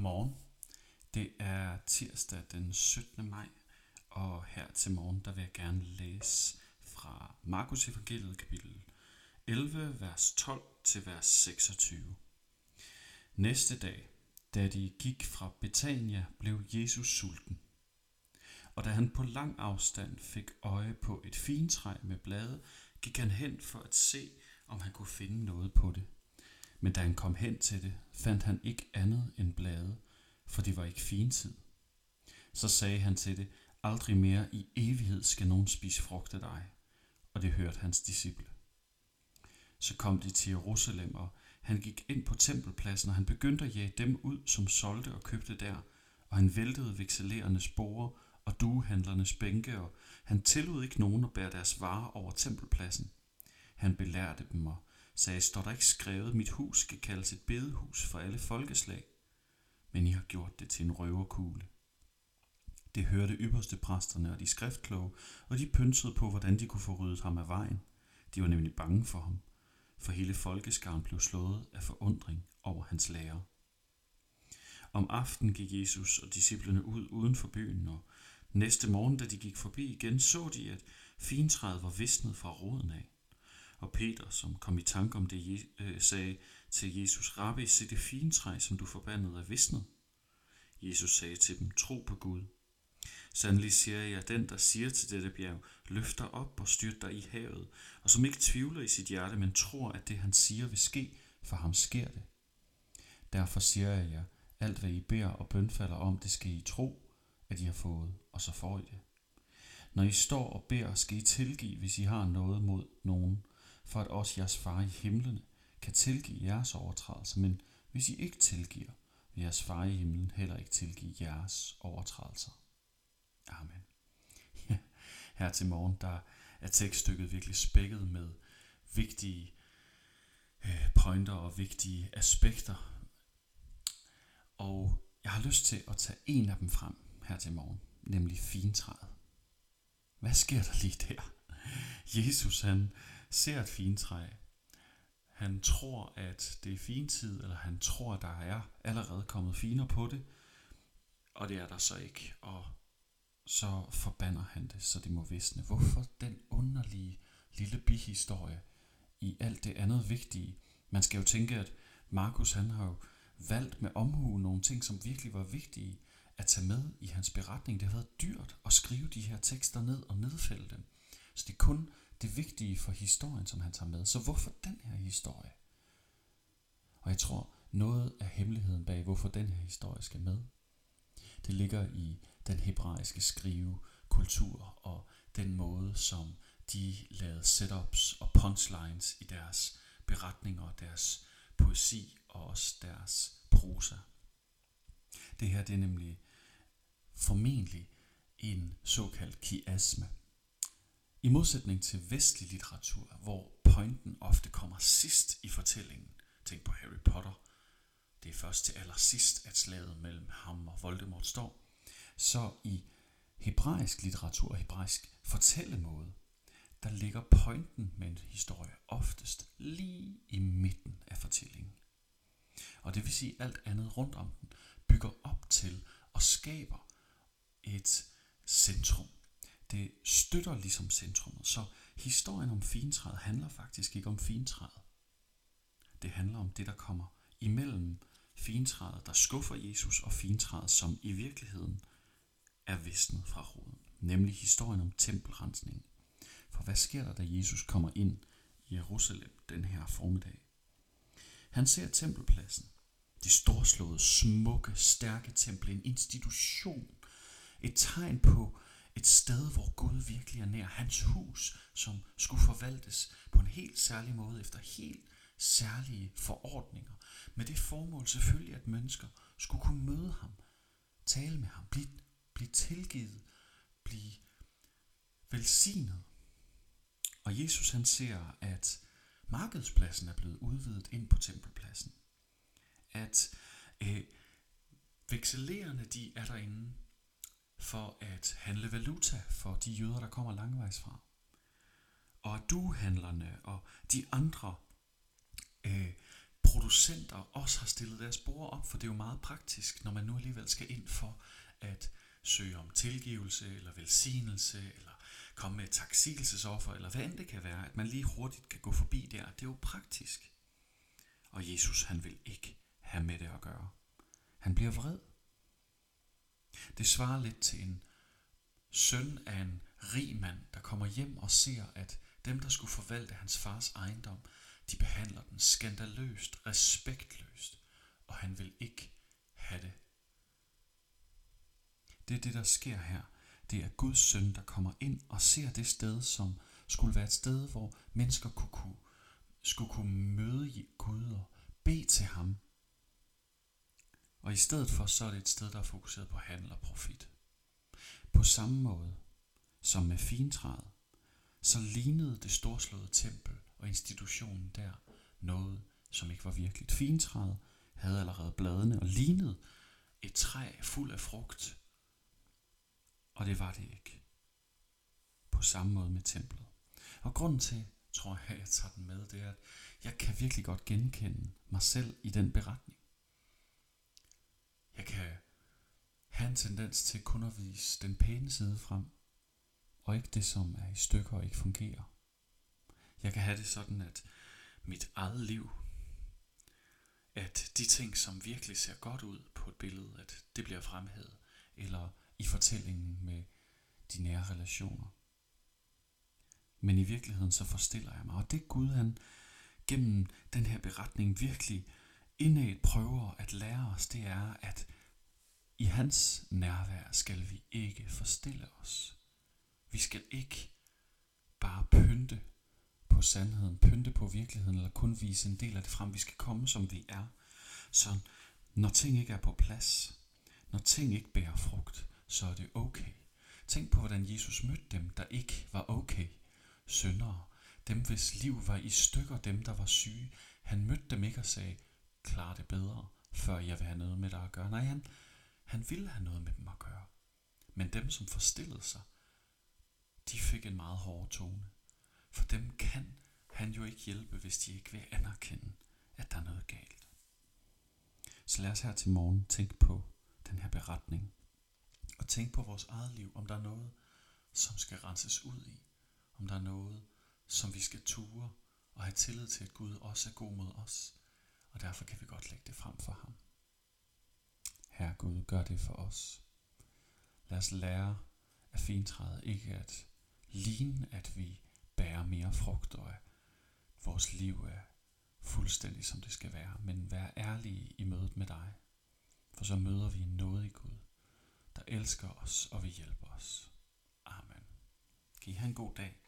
Godmorgen. Det er tirsdag den 17. maj, og her til morgen der vil jeg gerne læse fra Markus evangeliet kapitel 11, vers 12 til vers 26. Næste dag, da de gik fra Betania, blev Jesus sulten. Og da han på lang afstand fik øje på et figentræ med blade, gik han hen for at se, om han kunne finde noget på det. Men da han kom hen til det, fandt han ikke andet end blade, for det var ikke figentid. Så sagde han til det, aldrig mere i evighed skal nogen spise frugt af dig. Og det hørte hans disciple. Så kom de til Jerusalem, og han gik ind på tempelpladsen, og han begyndte at jage dem ud, som solgte og købte der. Og han væltede vekselerernes borde og duehandlernes bænke, og han tillod ikke nogen at bære deres varer over tempelpladsen. Han belærte dem og sagde, står der ikke skrevet, mit hus skal kaldes et bedehus for alle folkeslag? Men I har gjort det til en røverkugle. Det hørte ypperste præsterne og de skriftkloge, og de pyntede på, hvordan de kunne få ryddet ham af vejen. De var nemlig bange for ham, for hele folkeskaren blev slået af forundring over hans lære. Om aftenen gik Jesus og disciplene ud uden for byen, og næste morgen, da de gik forbi igen, så de, at figentræet var visnet fra roden af. Og Peter, som kom i tanke om det, sagde til Jesus, Rabbi, se det figentræ, som du forbandede, er visnet. Jesus sagde til dem, tro på Gud. Sandelig siger jeg, den, der siger til dette bjerg, løfter op og styrter i havet, og som ikke tvivler i sit hjerte, men tror, at det han siger vil ske, for ham sker det. Derfor siger jeg jer, alt hvad I beder og bønfalder om, det skal I tro, at I har fået, og så får I det. Når I står og beder, skal I tilgive, hvis I har noget mod nogen, for at også jeres far i himlene kan tilgive jeres overtrædelser. Men hvis I ikke tilgiver, vil jeres far i himlen heller ikke tilgive jeres overtrædelser. Amen. Ja, her til morgen, der er tekststykket virkelig spækket med vigtige pointer og vigtige aspekter. Og jeg har lyst til at tage en af dem frem her til morgen, nemlig figentræet. Hvad sker der lige der? Jesus, han ser et figentræ. Han tror, at det er figentid, eller han tror, at der er allerede kommet figner på det, og det er der så ikke, og så forbander han det, så det må visne. Hvorfor den underlige lille bihistorie i alt det andet vigtige? Man skal jo tænke, at Markus, han har jo valgt med omhu nogle ting, som virkelig var vigtige at tage med i hans beretning. Det har været dyrt at skrive de her tekster ned og nedfælde dem. Så det er kun det vigtige for historien, som han tager med. Så hvorfor den her historie? Og jeg tror, noget af hemmeligheden bag, hvorfor den her historie skal med, det ligger i den hebraiske skrivekultur og den måde, som de lavede setups og punchlines i deres beretninger, deres poesi og også deres prosa. Det her, det er nemlig formentlig en såkaldt kiasme. I modsætning til vestlig litteratur, hvor pointen ofte kommer sidst i fortællingen, tænk på Harry Potter, det er først til allersidst, at slaget mellem ham og Voldemort står, så i hebraisk litteratur og hebraisk fortællemåde, der ligger pointen med en historie oftest lige i midten af fortællingen. Og det vil sige, at alt andet rundt om den bygger op til og skaber et centrum. Det støtter ligesom centrummet. Så historien om figentræet handler faktisk ikke om figentræet. Det handler om det, der kommer imellem figentræet, der skuffer Jesus, og figentræet, som i virkeligheden er visnet fra roden. Nemlig historien om tempelrensningen. For hvad sker der, da Jesus kommer ind i Jerusalem den her formiddag? Han ser tempelpladsen. Det storslåede, smukke, stærke tempel. En institution. Et tegn på et sted, hvor Gud virkelig er nær. Hans hus, som skulle forvaltes på en helt særlig måde, efter helt særlige forordninger. Med det formål selvfølgelig, at mennesker skulle kunne møde ham, tale med ham, blive tilgivet, blive velsignet. Og Jesus, han ser, at markedspladsen er blevet udvidet ind på tempelpladsen. At vekselererne, de er derinde for at handle valuta for de jøder, der kommer langvejs fra. Og duehandlerne og de andre producenter også har stillet deres bord op, for det er jo meget praktisk, når man nu alligevel skal ind for at søge om tilgivelse eller velsignelse, eller komme med et taksigelsesoffer, eller hvad end det kan være, at man lige hurtigt kan gå forbi der. Det er jo praktisk. Og Jesus, han vil ikke have med det at gøre. Han bliver vred. Det svarer lidt til en søn af en rig mand, der kommer hjem og ser, at dem, der skulle forvalte hans fars ejendom, de behandler den skandaløst, respektløst, og han vil ikke have det. Det er det, der sker her. Det er Guds søn, der kommer ind og ser det sted, som skulle være et sted, hvor mennesker skulle kunne møde Gud og bede til ham. Og i stedet for, så er det et sted, der er fokuseret på handel og profit. På samme måde som med fintræet, så lignede det storslåede tempel og institutionen der noget, som ikke var virkeligt. Fintræet havde allerede bladene og lignede et træ fuld af frugt, og det var det ikke. På samme måde med templet. Og grunden til, tror jeg, at jeg tager den med, det er, at jeg kan virkelig godt genkende mig selv i den beretning. Jeg kan have en tendens til kun at vise den pæne side frem, og ikke det, som er i stykker og ikke fungerer. Jeg kan have det sådan, at mit eget liv, at de ting, som virkelig ser godt ud på et billede, at det bliver fremhævet, eller i fortællingen med de nære relationer. Men i virkeligheden så forstiller jeg mig, og det Gud, han gennem den her beretning virkelig indædt prøver at lære os, det er, at i hans nærvær skal vi ikke forstille os. Vi skal ikke bare pynte på sandheden, pynte på virkeligheden, eller kun vise en del af det frem. Vi skal komme, som vi er. Så når ting ikke er på plads, når ting ikke bærer frugt, så er det okay. Tænk på, hvordan Jesus mødte dem, der ikke var okay. Syndere, dem hvis liv var i stykker, dem der var syge. Han mødte dem ikke og sagde, klar det bedre, før jeg vil have noget med dig at gøre. Nej, han ville have noget med dem at gøre. Men dem, som forstillede sig, de fik en meget hård tone. For dem kan han jo ikke hjælpe, hvis de ikke vil anerkende, at der er noget galt. Så lad os her til morgen tænke på den her beretning. Og tænk på vores eget liv, om der er noget, som skal renses ud i. Om der er noget, som vi skal ture og have tillid til, at Gud også er god mod os. Og derfor kan vi godt lægge det frem for ham. Herre Gud, gør det for os. Lad os lære af fintræet ikke at ligne, at vi bærer mere frugt, og at vores liv er fuldstændig som det skal være, men vær ærlige i mødet med dig. For så møder vi noget i Gud, der elsker os og vil hjælpe os. Amen. Kan I have en god dag.